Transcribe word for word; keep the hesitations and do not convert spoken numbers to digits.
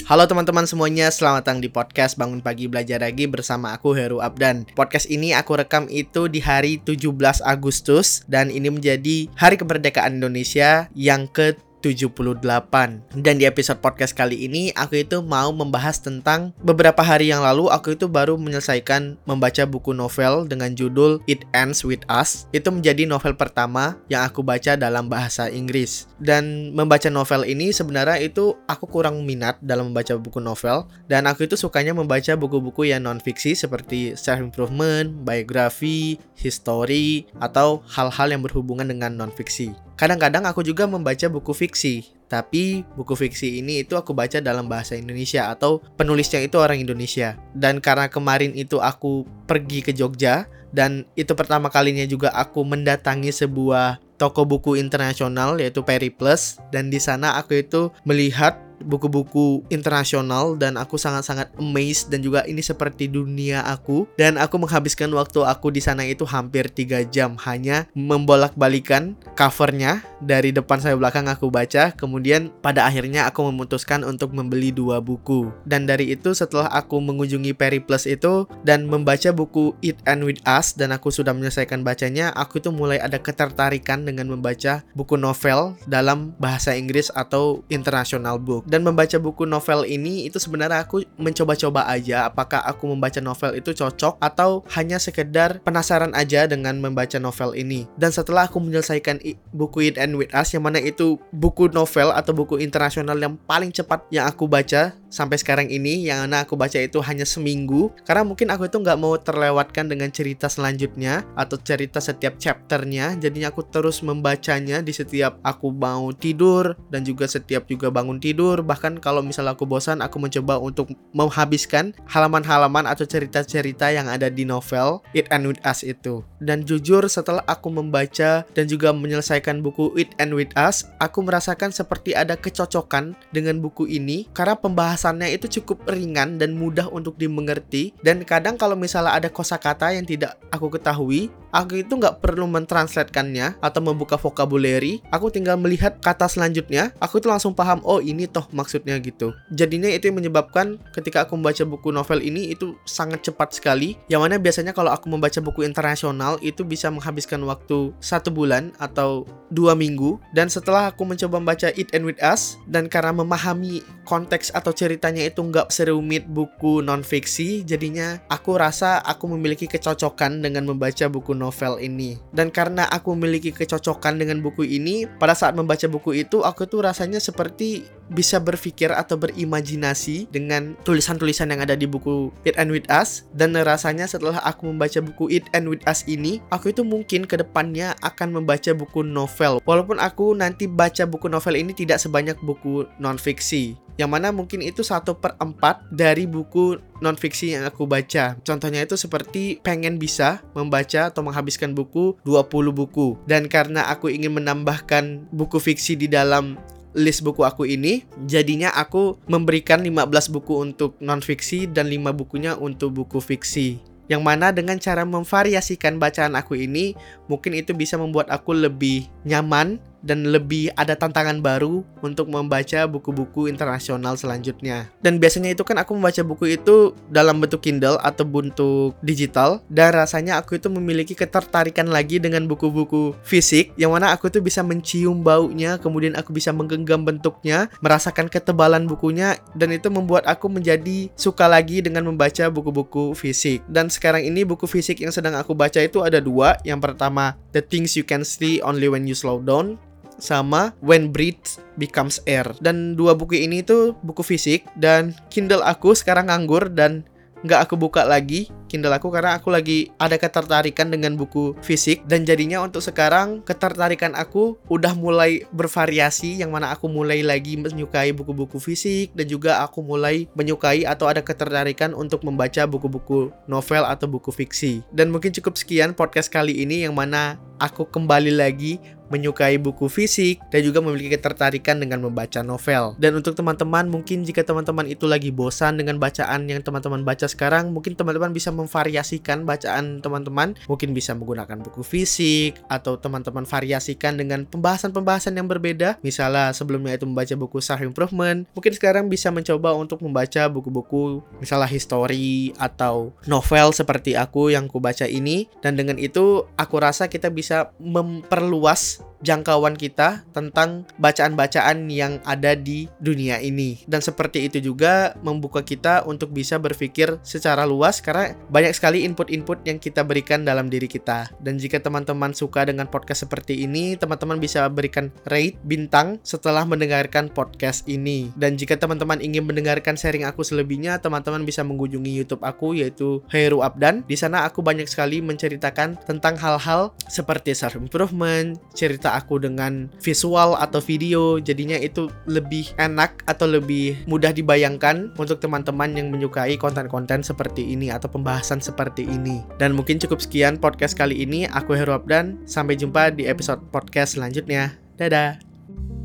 Halo teman-teman semuanya, selamat datang di podcast Bangun Pagi Belajar Lagi bersama aku Heru Abdan. Podcast ini aku rekam itu di hari tujuh belas Agustus dan ini menjadi Hari Kemerdekaan Indonesia yang ke tujuh puluh delapan. Dan di episode podcast kali ini aku itu mau membahas tentang beberapa hari yang lalu aku itu baru menyelesaikan membaca buku novel dengan judul It Ends With Us. Itu menjadi novel pertama yang aku baca dalam bahasa Inggris. Dan membaca novel ini sebenarnya itu aku kurang minat dalam membaca buku novel, dan aku itu sukanya membaca buku-buku yang non-fiksi seperti self-improvement, biografi, history, atau hal-hal yang berhubungan dengan non-fiksi. Kadang-kadang aku juga membaca buku fiksi, tapi buku fiksi ini itu aku baca dalam bahasa Indonesia atau penulisnya itu orang Indonesia. Dan karena kemarin itu aku pergi ke Jogja, dan itu pertama kalinya juga aku mendatangi sebuah toko buku internasional yaitu Periplus, dan di sana aku itu melihat buku-buku internasional dan aku sangat-sangat amazed, dan juga ini seperti dunia aku. Dan aku menghabiskan waktu aku di sana itu hampir tiga jam hanya membolak-balikan covernya dari depan sampai belakang aku baca. Kemudian pada akhirnya aku memutuskan untuk membeli dua buku. Dan dari itu setelah aku mengunjungi Periplus itu dan membaca buku It Ends With Us dan aku sudah menyelesaikan bacanya, aku itu mulai ada ketertarikan dengan membaca buku novel dalam bahasa Inggris atau international book. Dan membaca buku novel ini itu sebenarnya aku mencoba-coba aja apakah aku membaca novel itu cocok atau hanya sekedar penasaran aja dengan membaca novel ini. Dan setelah aku menyelesaikan buku It Ends With Us, yang mana itu buku novel atau buku internasional yang paling cepat yang aku baca sampai sekarang ini, yang mana aku baca itu hanya seminggu, karena mungkin aku itu nggak mau terlewatkan dengan cerita selanjutnya atau cerita setiap chapternya. Jadinya aku terus membacanya di setiap aku mau tidur dan juga setiap juga bangun tidur. Bahkan kalau misalnya aku bosan, aku mencoba untuk menghabiskan halaman-halaman atau cerita-cerita yang ada di novel It Ends With Us itu. Dan jujur setelah aku membaca dan juga menyelesaikan buku It Ends With Us, aku merasakan seperti ada kecocokan dengan buku ini karena pembahasannya itu cukup ringan dan mudah untuk dimengerti. Dan kadang kalau misalnya ada kosakata yang tidak aku ketahui, aku itu nggak perlu mentranslatekannya atau membuka vocabulary. Aku tinggal melihat kata selanjutnya, aku tuh langsung paham, oh ini toh maksudnya gitu. Jadinya itu yang menyebabkan ketika aku membaca buku novel ini itu sangat cepat sekali. Yang mana biasanya kalau aku membaca buku internasional itu bisa menghabiskan waktu satu bulan atau dua minggu. Dan setelah aku mencoba membaca It Ends With Us, dan karena memahami konteks atau ceritanya itu nggak serumit buku non-fiksi, jadinya aku rasa aku memiliki kecocokan dengan membaca buku novel ini. Dan karena aku memiliki kecocokan dengan buku ini, pada saat membaca buku itu aku tuh rasanya seperti bisa berpikir atau berimajinasi dengan tulisan-tulisan yang ada di buku It Ends With Us. Dan rasanya setelah aku membaca buku It Ends With Us ini, aku itu mungkin ke depannya akan membaca buku novel, walaupun aku nanti baca buku novel ini tidak sebanyak buku non-fiksi, yang mana mungkin itu satu per empat dari buku non-fiksi yang aku baca. Contohnya itu seperti pengen bisa membaca atau menghabiskan buku dua puluh buku. Dan karena aku ingin menambahkan buku fiksi di dalam list buku aku ini, jadinya aku memberikan lima belas buku untuk non-fiksi dan lima bukunya untuk buku fiksi. Yang mana dengan cara memvariasikan bacaan aku ini, mungkin itu bisa membuat aku lebih nyaman dan lebih ada tantangan baru untuk membaca buku-buku internasional selanjutnya. Dan biasanya itu kan aku membaca buku itu dalam bentuk Kindle atau bentuk digital, dan rasanya aku itu memiliki ketertarikan lagi dengan buku-buku fisik, yang mana aku tuh bisa mencium baunya, kemudian aku bisa menggenggam bentuknya, merasakan ketebalan bukunya, dan itu membuat aku menjadi suka lagi dengan membaca buku-buku fisik. Dan sekarang ini buku fisik yang sedang aku baca itu ada dua. Yang pertama, The Things You Can See Only When You Slow Down, sama When Breath Becomes Air. Dan dua buku ini tuh buku fisik, dan Kindle aku sekarang nganggur dan nggak aku buka lagi Kindle aku karena aku lagi ada ketertarikan dengan buku fisik. Dan jadinya untuk sekarang ketertarikan aku udah mulai bervariasi, yang mana aku mulai lagi menyukai buku-buku fisik, dan juga aku mulai menyukai atau ada ketertarikan untuk membaca buku-buku novel atau buku fiksi. Dan mungkin cukup sekian podcast kali ini, yang mana aku kembali lagi menyukai buku fisik, dan juga memiliki ketertarikan dengan membaca novel. Dan untuk teman-teman, mungkin jika teman-teman itu lagi bosan dengan bacaan yang teman-teman baca sekarang, mungkin teman-teman bisa memvariasikan bacaan teman-teman. Mungkin bisa menggunakan buku fisik, atau teman-teman variasikan dengan pembahasan-pembahasan yang berbeda. Misalnya sebelumnya itu membaca buku self improvement, mungkin sekarang bisa mencoba untuk membaca buku-buku misalnya history atau novel seperti aku yang ku baca ini. Dan dengan itu aku rasa kita bisa memperluas jangkauan kita tentang bacaan-bacaan yang ada di dunia ini. Dan seperti itu juga membuka kita untuk bisa berpikir secara luas, karena banyak sekali input-input yang kita berikan dalam diri kita. Dan jika teman-teman suka dengan podcast seperti ini, teman-teman bisa berikan rate bintang setelah mendengarkan podcast ini. Dan jika teman-teman ingin mendengarkan sharing aku selebihnya, teman-teman bisa mengunjungi YouTube aku, yaitu Heru Abdan. Di sana aku banyak sekali menceritakan tentang hal-hal seperti self improvement, cerita aku dengan visual atau video, jadinya itu lebih enak atau lebih mudah dibayangkan untuk teman-teman yang menyukai konten-konten seperti ini atau pembahasan seperti ini. Dan mungkin cukup sekian podcast kali ini. Aku Heru Abdan, sampai jumpa di episode podcast selanjutnya. Dadah.